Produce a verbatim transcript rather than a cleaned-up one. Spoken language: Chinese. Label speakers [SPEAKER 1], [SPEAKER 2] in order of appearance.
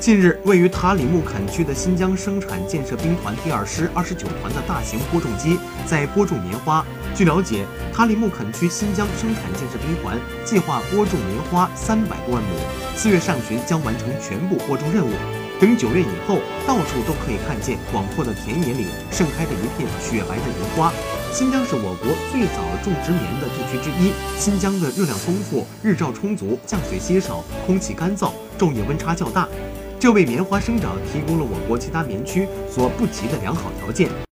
[SPEAKER 1] 近日，位于塔里木坎区的新疆生产建设兵团第二师二十九团的大型播种机在播种棉花。据了解，塔里木坎区新疆生产建设兵团计划播种棉花三百多万亩，四月上旬将完成全部播种任务。等九月以后，到处都可以看见广阔的田野里盛开着一片雪白的棉花。新疆是我国最早种植棉的地区之一。新疆的热量丰富，日照充足，降水稀少，空气干燥，昼夜温差较大，这为棉花生长提供了我国其他棉区所不及的良好条件。